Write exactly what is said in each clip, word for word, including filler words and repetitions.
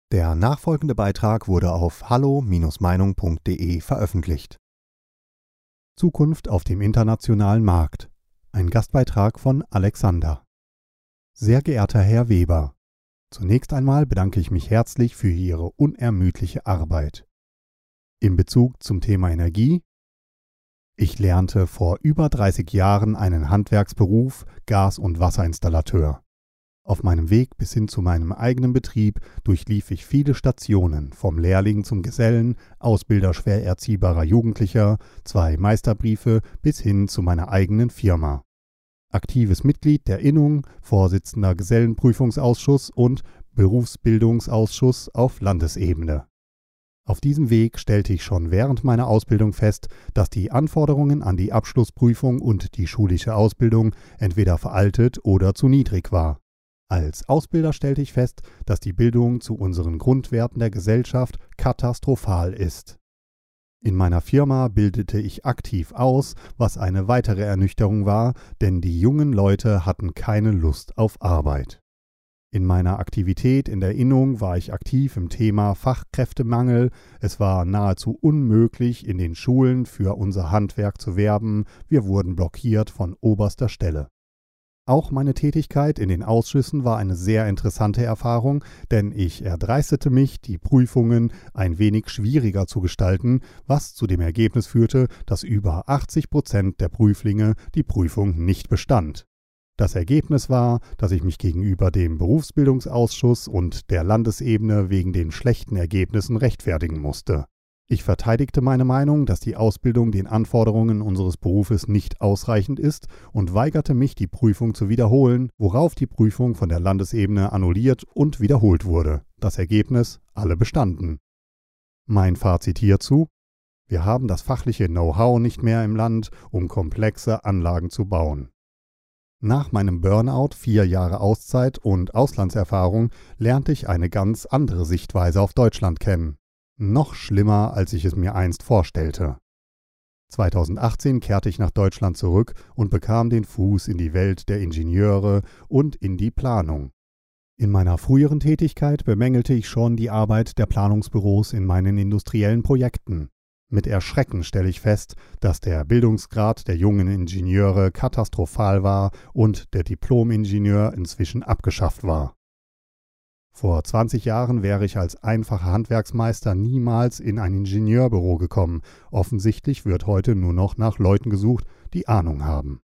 Der nachfolgende Beitrag wurde auf hallo Bindestrich meinung punkt de veröffentlicht. Zukunft auf dem internationalen Markt. Ein Gastbeitrag von Alexander. Sehr geehrter Herr Weber, zunächst einmal bedanke ich mich herzlich für Ihre unermüdliche Arbeit. In Bezug zum Thema Energie: Ich lernte vor über dreißig Jahren einen Handwerksberuf, Gas- und Wasserinstallateur. Auf meinem Weg bis hin zu meinem eigenen Betrieb durchlief ich viele Stationen, vom Lehrling zum Gesellen, Ausbilder schwer erziehbarer Jugendlicher, zwei Meisterbriefe bis hin zu meiner eigenen Firma. Aktives Mitglied der Innung, Vorsitzender Gesellenprüfungsausschuss und Berufsbildungsausschuss auf Landesebene. Auf diesem Weg stellte ich schon während meiner Ausbildung fest, dass die Anforderungen an die Abschlussprüfung und die schulische Ausbildung entweder veraltet oder zu niedrig war. Als Ausbilder stellte ich fest, dass die Bildung zu unseren Grundwerten der Gesellschaft katastrophal ist. In meiner Firma bildete ich aktiv aus, was eine weitere Ernüchterung war, denn die jungen Leute hatten keine Lust auf Arbeit. In meiner Aktivität in der Innung war ich aktiv im Thema Fachkräftemangel. Es war nahezu unmöglich, in den Schulen für unser Handwerk zu werben. Wir wurden blockiert von oberster Stelle. Auch meine Tätigkeit in den Ausschüssen war eine sehr interessante Erfahrung, denn ich erdreistete mich, die Prüfungen ein wenig schwieriger zu gestalten, was zu dem Ergebnis führte, dass über achtzig Prozent der Prüflinge die Prüfung nicht bestand. Das Ergebnis war, dass ich mich gegenüber dem Berufsbildungsausschuss und der Landesebene wegen den schlechten Ergebnissen rechtfertigen musste. Ich verteidigte meine Meinung, dass die Ausbildung den Anforderungen unseres Berufes nicht ausreichend ist und weigerte mich, die Prüfung zu wiederholen, worauf die Prüfung von der Landesebene annulliert und wiederholt wurde. Das Ergebnis: alle bestanden. Mein Fazit hierzu: Wir haben das fachliche Know-how nicht mehr im Land, um komplexe Anlagen zu bauen. Nach meinem Burnout, vier Jahre Auszeit und Auslandserfahrung, lernte ich eine ganz andere Sichtweise auf Deutschland kennen. Noch schlimmer, als ich es mir einst vorstellte. zweitausendachtzehn kehrte ich nach Deutschland zurück und bekam den Fuß in die Welt der Ingenieure und in die Planung. In meiner früheren Tätigkeit bemängelte ich schon die Arbeit der Planungsbüros in meinen industriellen Projekten. Mit Erschrecken stelle ich fest, dass der Bildungsgrad der jungen Ingenieure katastrophal war und der Diplom-Ingenieur inzwischen abgeschafft war. Vor zwanzig Jahren wäre ich als einfacher Handwerksmeister niemals in ein Ingenieurbüro gekommen. Offensichtlich wird heute nur noch nach Leuten gesucht, die Ahnung haben.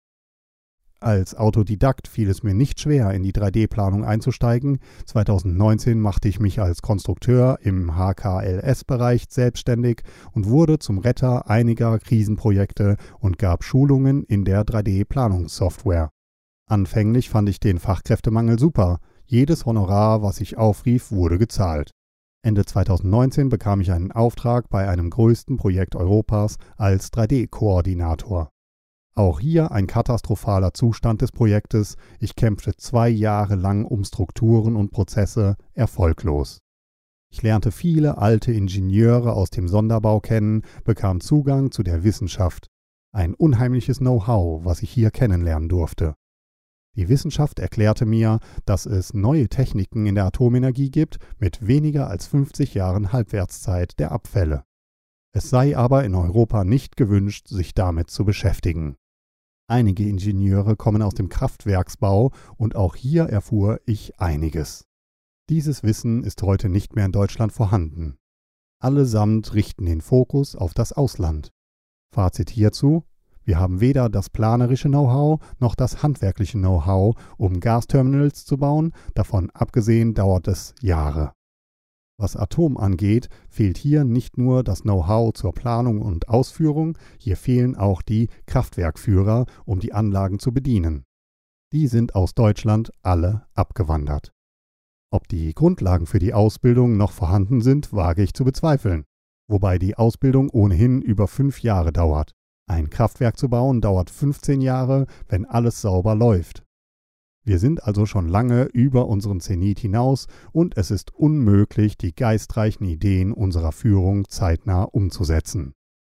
Als Autodidakt fiel es mir nicht schwer, in die drei D Planung einzusteigen. zweitausendneunzehn machte ich mich als Konstrukteur im H K L S-Bereich selbstständig und wurde zum Retter einiger Krisenprojekte und gab Schulungen in der drei D Planungssoftware. Anfänglich fand ich den Fachkräftemangel super. Jedes Honorar, was ich aufrief, wurde gezahlt. Ende zweitausendneunzehn bekam ich einen Auftrag bei einem größten Projekt Europas als drei D Koordinator. Auch hier ein katastrophaler Zustand des Projektes. Ich kämpfte zwei Jahre lang um Strukturen und Prozesse, erfolglos. Ich lernte viele alte Ingenieure aus dem Sonderbau kennen, bekam Zugang zu der Wissenschaft. Ein unheimliches Know-how, was ich hier kennenlernen durfte. Die Wissenschaft erklärte mir, dass es neue Techniken in der Atomenergie gibt mit weniger als fünfzig Jahren Halbwertszeit der Abfälle. Es sei aber in Europa nicht gewünscht, sich damit zu beschäftigen. Einige Ingenieure kommen aus dem Kraftwerksbau und auch hier erfuhr ich einiges. Dieses Wissen ist heute nicht mehr in Deutschland vorhanden. Allesamt richten den Fokus auf das Ausland. Fazit hierzu: Wir haben weder das planerische Know-how noch das handwerkliche Know-how, um Gasterminals zu bauen, davon abgesehen dauert es Jahre. Was Atom angeht, fehlt hier nicht nur das Know-how zur Planung und Ausführung, hier fehlen auch die Kraftwerkführer, um die Anlagen zu bedienen. Die sind aus Deutschland alle abgewandert. Ob die Grundlagen für die Ausbildung noch vorhanden sind, wage ich zu bezweifeln, wobei die Ausbildung ohnehin über fünf Jahre dauert. Ein Kraftwerk zu bauen dauert fünfzehn Jahre, wenn alles sauber läuft. Wir sind also schon lange über unseren Zenit hinaus und es ist unmöglich, die geistreichen Ideen unserer Führung zeitnah umzusetzen.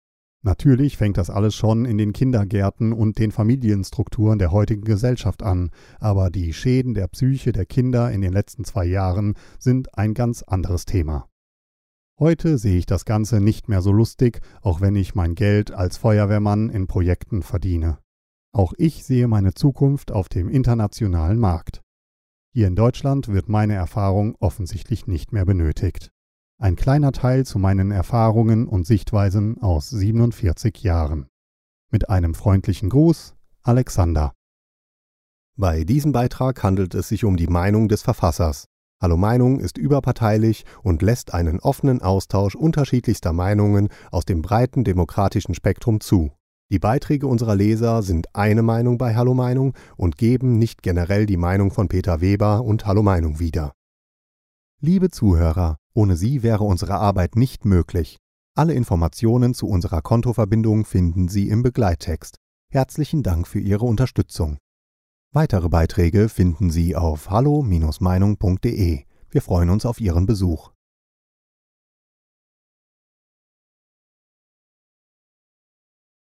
Natürlich fängt das alles schon in den Kindergärten und den Familienstrukturen der heutigen Gesellschaft an, aber die Schäden der Psyche der Kinder in den letzten zwei Jahren sind ein ganz anderes Thema. Heute sehe ich das Ganze nicht mehr so lustig, auch wenn ich mein Geld als Feuerwehrmann in Projekten verdiene. Auch ich sehe meine Zukunft auf dem internationalen Markt. Hier in Deutschland wird meine Erfahrung offensichtlich nicht mehr benötigt. Ein kleiner Teil zu meinen Erfahrungen und Sichtweisen aus siebenundvierzig Jahren. Mit einem freundlichen Gruß, Alexander. Bei diesem Beitrag handelt es sich um die Meinung des Verfassers. Hallo Meinung ist überparteilich und lässt einen offenen Austausch unterschiedlichster Meinungen aus dem breiten demokratischen Spektrum zu. Die Beiträge unserer Leser sind eine Meinung bei Hallo Meinung und geben nicht generell die Meinung von Peter Weber und Hallo Meinung wieder. Liebe Zuhörer, ohne Sie wäre unsere Arbeit nicht möglich. Alle Informationen zu unserer Kontoverbindung finden Sie im Begleittext. Herzlichen Dank für Ihre Unterstützung. Weitere Beiträge finden Sie auf hallo Bindestrich meinung punkt de. Wir freuen uns auf Ihren Besuch.